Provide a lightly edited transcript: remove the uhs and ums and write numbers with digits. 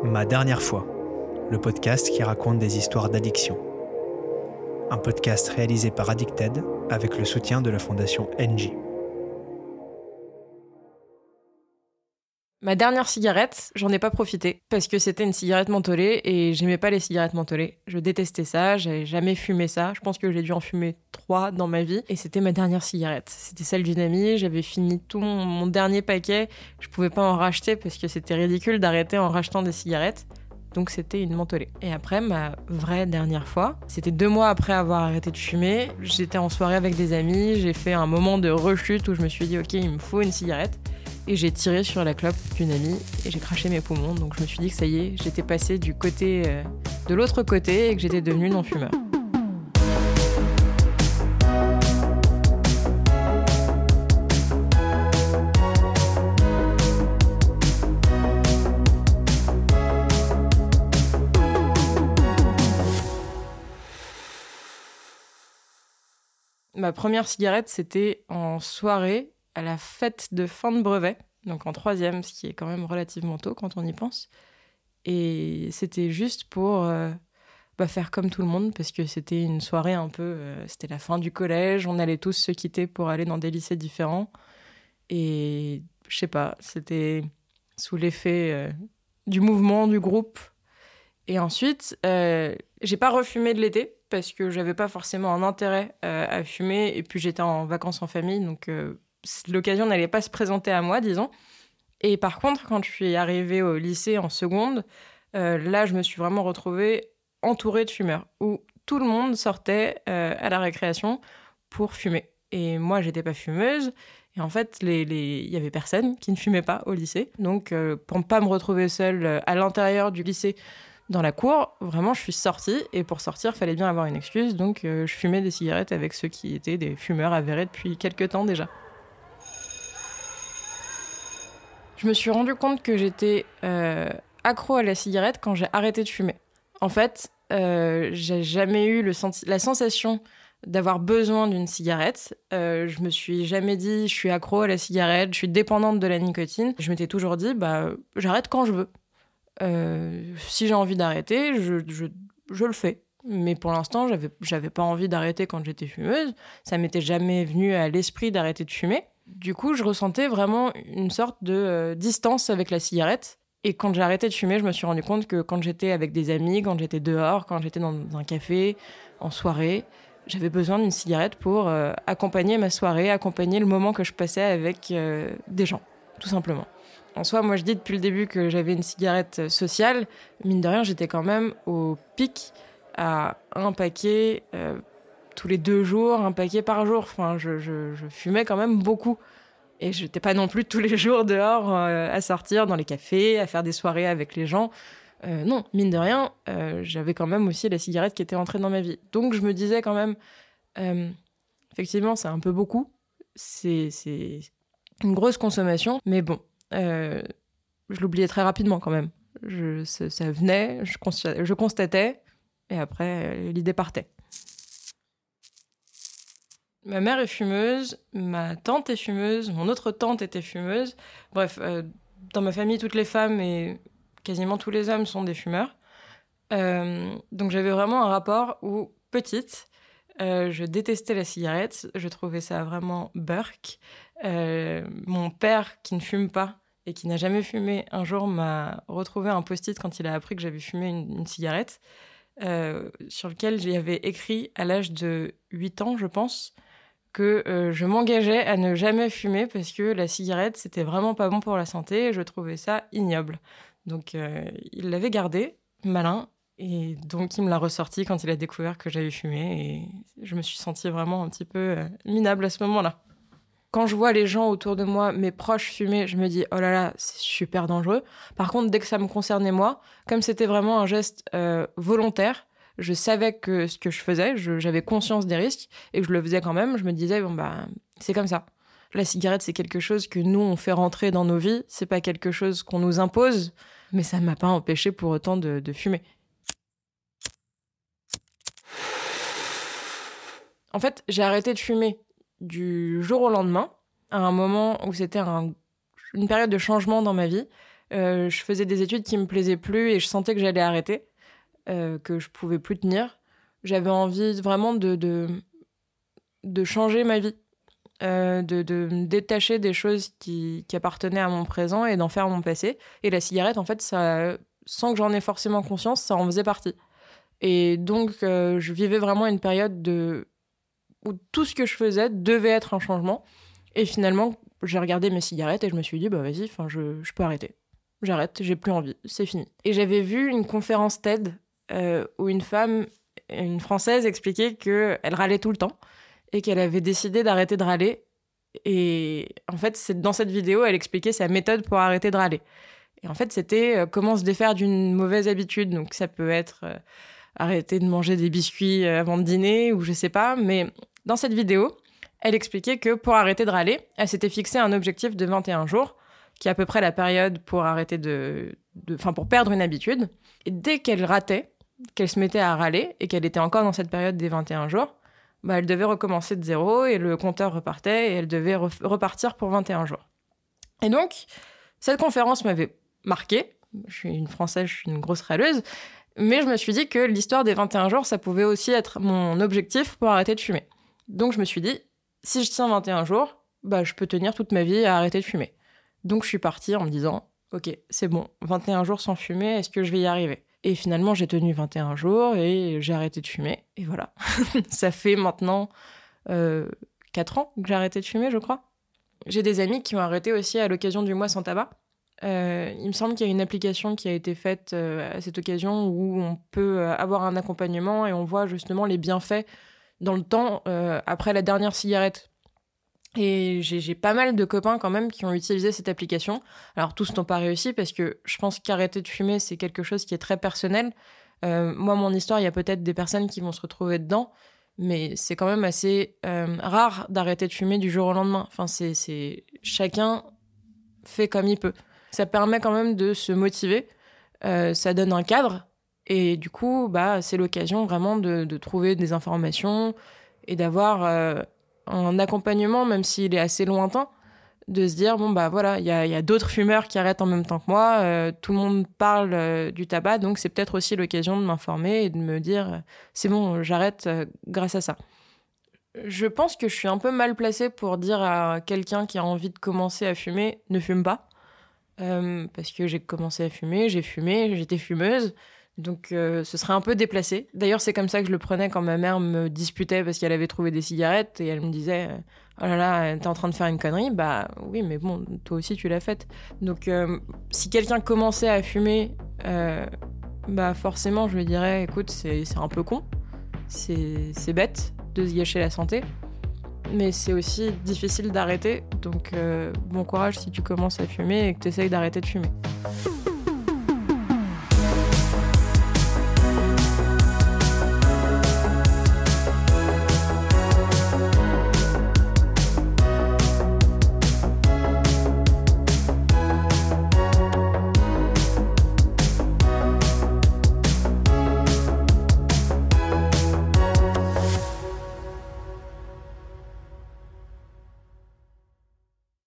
Ma dernière fois, le podcast qui raconte des histoires d'addiction. Un podcast réalisé par Addicted avec le soutien de la fondation Engie. Ma dernière cigarette, j'en ai pas profité parce que c'était une cigarette mentholée et j'aimais pas les cigarettes mentholées. Je détestais ça, j'avais jamais fumé ça. Je pense que j'ai dû en fumer 3 dans ma vie et c'était ma dernière cigarette. C'était celle d'une amie, j'avais fini tout mon dernier paquet. Je pouvais pas en racheter parce que c'était ridicule d'arrêter en rachetant des cigarettes. Donc c'était une mentholée. Et après, ma vraie dernière fois, c'était 2 mois après avoir arrêté de fumer. J'étais en soirée avec des amis, j'ai fait un moment de rechute où je me suis dit ok, il me faut une cigarette. Et j'ai tiré sur la clope d'une amie et j'ai craché mes poumons. Donc je me suis dit que ça y est, j'étais passée du côté de l'autre côté et que j'étais devenue non-fumeur. Ma première cigarette, c'était en soirée, à la fête de fin de brevet, donc en 3e, ce qui est quand même relativement tôt quand on y pense. Et c'était juste pour faire comme tout le monde, parce que c'était une soirée un peu... c'était la fin du collège, on allait tous se quitter pour aller dans des lycées différents. Et je sais pas, c'était sous l'effet du mouvement, du groupe. Et ensuite, j'ai pas refumé de l'été, parce que j'avais pas forcément un intérêt à fumer, et puis j'étais en vacances en famille, donc l'occasion n'allait pas se présenter à moi, disons. Et par contre, quand je suis arrivée au lycée en seconde, là, je me suis vraiment retrouvée entourée de fumeurs, où tout le monde sortait à la récréation pour fumer. Et moi, j'étais pas fumeuse, et en fait, il y avait personne qui ne fumait pas au lycée. Donc, pour ne pas me retrouver seule à l'intérieur du lycée, dans la cour, vraiment, je suis sortie. Et pour sortir, il fallait bien avoir une excuse. Donc, je fumais des cigarettes avec ceux qui étaient des fumeurs avérés depuis quelques temps déjà. Je me suis rendu compte que j'étais accro à la cigarette quand j'ai arrêté de fumer. En fait, j'ai jamais eu la sensation d'avoir besoin d'une cigarette. Je me suis jamais dit, je suis accro à la cigarette, je suis dépendante de la nicotine. Je m'étais toujours dit, j'arrête quand je veux. Si j'ai envie d'arrêter, je le fais. Mais pour l'instant, j'avais pas envie d'arrêter quand j'étais fumeuse. Ça m'était jamais venu à l'esprit d'arrêter de fumer. Du coup, je ressentais vraiment une sorte de distance avec la cigarette. Et quand j'ai arrêté de fumer, je me suis rendu compte que quand j'étais avec des amis, quand j'étais dehors, quand j'étais dans un café, en soirée, j'avais besoin d'une cigarette pour accompagner ma soirée, accompagner le moment que je passais avec des gens, tout simplement. En soi, moi, je dis depuis le début que j'avais une cigarette sociale. Mine de rien, j'étais quand même au pic à un paquet tous les 2 jours, un paquet par jour. Enfin, je fumais quand même beaucoup. Et je n'étais pas non plus tous les jours dehors à sortir dans les cafés, à faire des soirées avec les gens. Non, mine de rien, j'avais quand même aussi la cigarette qui était entrée dans ma vie. Donc, je me disais quand même, effectivement, c'est un peu beaucoup. C'est une grosse consommation. Mais bon, je l'oubliais très rapidement quand même. Ça venait, je constatais, et après, l'idée partait. Ma mère est fumeuse, ma tante est fumeuse, mon autre tante était fumeuse. Bref, dans ma famille, toutes les femmes et quasiment tous les hommes sont des fumeurs. Donc j'avais vraiment un rapport où, petite, je détestais la cigarette, je trouvais ça vraiment burk. Mon père, qui ne fume pas et qui n'a jamais fumé, un jour m'a retrouvé un post-it quand il a appris que j'avais fumé une cigarette, sur lequel j'y avais écrit à l'âge de 8 ans, je pense, que je m'engageais à ne jamais fumer parce que la cigarette, c'était vraiment pas bon pour la santé et je trouvais ça ignoble. Donc il l'avait gardé, malin, et donc il me l'a ressorti quand il a découvert que j'avais fumé et je me suis sentie vraiment un petit peu minable à ce moment-là. Quand je vois les gens autour de moi, mes proches fumer, je me dis « Oh là là, c'est super dangereux ». Par contre, dès que ça me concernait moi, comme c'était vraiment un geste volontaire, je savais que ce que je faisais, j'avais conscience des risques et que je le faisais quand même. Je me disais c'est comme ça. La cigarette, c'est quelque chose que nous, on fait rentrer dans nos vies. C'est pas quelque chose qu'on nous impose, mais ça m'a pas empêché pour autant de fumer. En fait, j'ai arrêté de fumer du jour au lendemain, à un moment où c'était une période de changement dans ma vie. Je faisais des études qui me plaisaient plus et je sentais que j'allais arrêter, que je pouvais plus tenir. J'avais envie vraiment de changer ma vie, de me détacher des choses qui appartenaient à mon présent et d'en faire mon passé. Et la cigarette, en fait, ça, sans que j'en ai forcément conscience, ça en faisait partie. Et donc, je vivais vraiment une période où tout ce que je faisais devait être un changement. Et finalement, j'ai regardé mes cigarettes et je me suis dit, bah vas-y, je peux arrêter. J'arrête, j'ai plus envie, c'est fini. Et j'avais vu une conférence TED où une Française, expliquait qu'elle râlait tout le temps et qu'elle avait décidé d'arrêter de râler. Et en fait, dans cette vidéo, elle expliquait sa méthode pour arrêter de râler. Et en fait, c'était comment se défaire d'une mauvaise habitude. Donc ça peut être arrêter de manger des biscuits avant de dîner ou je sais pas. Mais dans cette vidéo, elle expliquait que pour arrêter de râler, elle s'était fixé un objectif de 21 jours, qui est à peu près la période pour arrêter pour perdre une habitude. Et dès qu'elle ratait, qu'elle se mettait à râler et qu'elle était encore dans cette période des 21 jours, bah, elle devait recommencer de zéro et le compteur repartait et elle devait repartir pour 21 jours. Et donc, cette conférence m'avait marquée. Je suis une Française, je suis une grosse râleuse. Mais je me suis dit que l'histoire des 21 jours, ça pouvait aussi être mon objectif pour arrêter de fumer. Donc, je me suis dit, si je tiens 21 jours, bah, je peux tenir toute ma vie à arrêter de fumer. Donc, je suis partie en me disant, ok, c'est bon, 21 jours sans fumer, est-ce que je vais y arriver ? Et finalement, j'ai tenu 21 jours et j'ai arrêté de fumer. Et voilà. Ça fait maintenant 4 ans que j'ai arrêté de fumer, je crois. J'ai des amis qui ont arrêté aussi à l'occasion du mois sans tabac. Il me semble qu'il y a une application qui a été faite à cette occasion où on peut avoir un accompagnement et on voit justement les bienfaits dans le temps après la dernière cigarette. Et j'ai pas mal de copains quand même qui ont utilisé cette application. Alors tous n'ont pas réussi parce que je pense qu'arrêter de fumer, c'est quelque chose qui est très personnel. Moi, mon histoire, il y a peut-être des personnes qui vont se retrouver dedans, mais c'est quand même assez rare d'arrêter de fumer du jour au lendemain. Enfin, chacun fait comme il peut. Ça permet quand même de se motiver. Ça donne un cadre. Et du coup, bah, c'est l'occasion vraiment de trouver des informations et d'avoir un accompagnement, même s'il est assez lointain, de se dire, bon, bah voilà, il y a d'autres fumeurs qui arrêtent en même temps que moi, tout le monde parle du tabac, donc c'est peut-être aussi l'occasion de m'informer et de me dire, c'est bon, j'arrête grâce à ça. Je pense que je suis un peu mal placée pour dire à quelqu'un qui a envie de commencer à fumer, ne fume pas. Parce que j'ai commencé à fumer, j'ai fumé, j'étais fumeuse. Donc ce serait un peu déplacé. D'ailleurs, c'est comme ça que je le prenais quand ma mère me disputait parce qu'elle avait trouvé des cigarettes et elle me disait « Oh là là, t'es en train de faire une connerie ?» Bah oui, mais bon, toi aussi tu l'as faite. Donc si quelqu'un commençait à fumer, bah forcément je lui dirais « Écoute, c'est un peu con, c'est bête de se gâcher la santé. » Mais c'est aussi difficile d'arrêter, donc bon courage si tu commences à fumer et que tu essayes d'arrêter de fumer.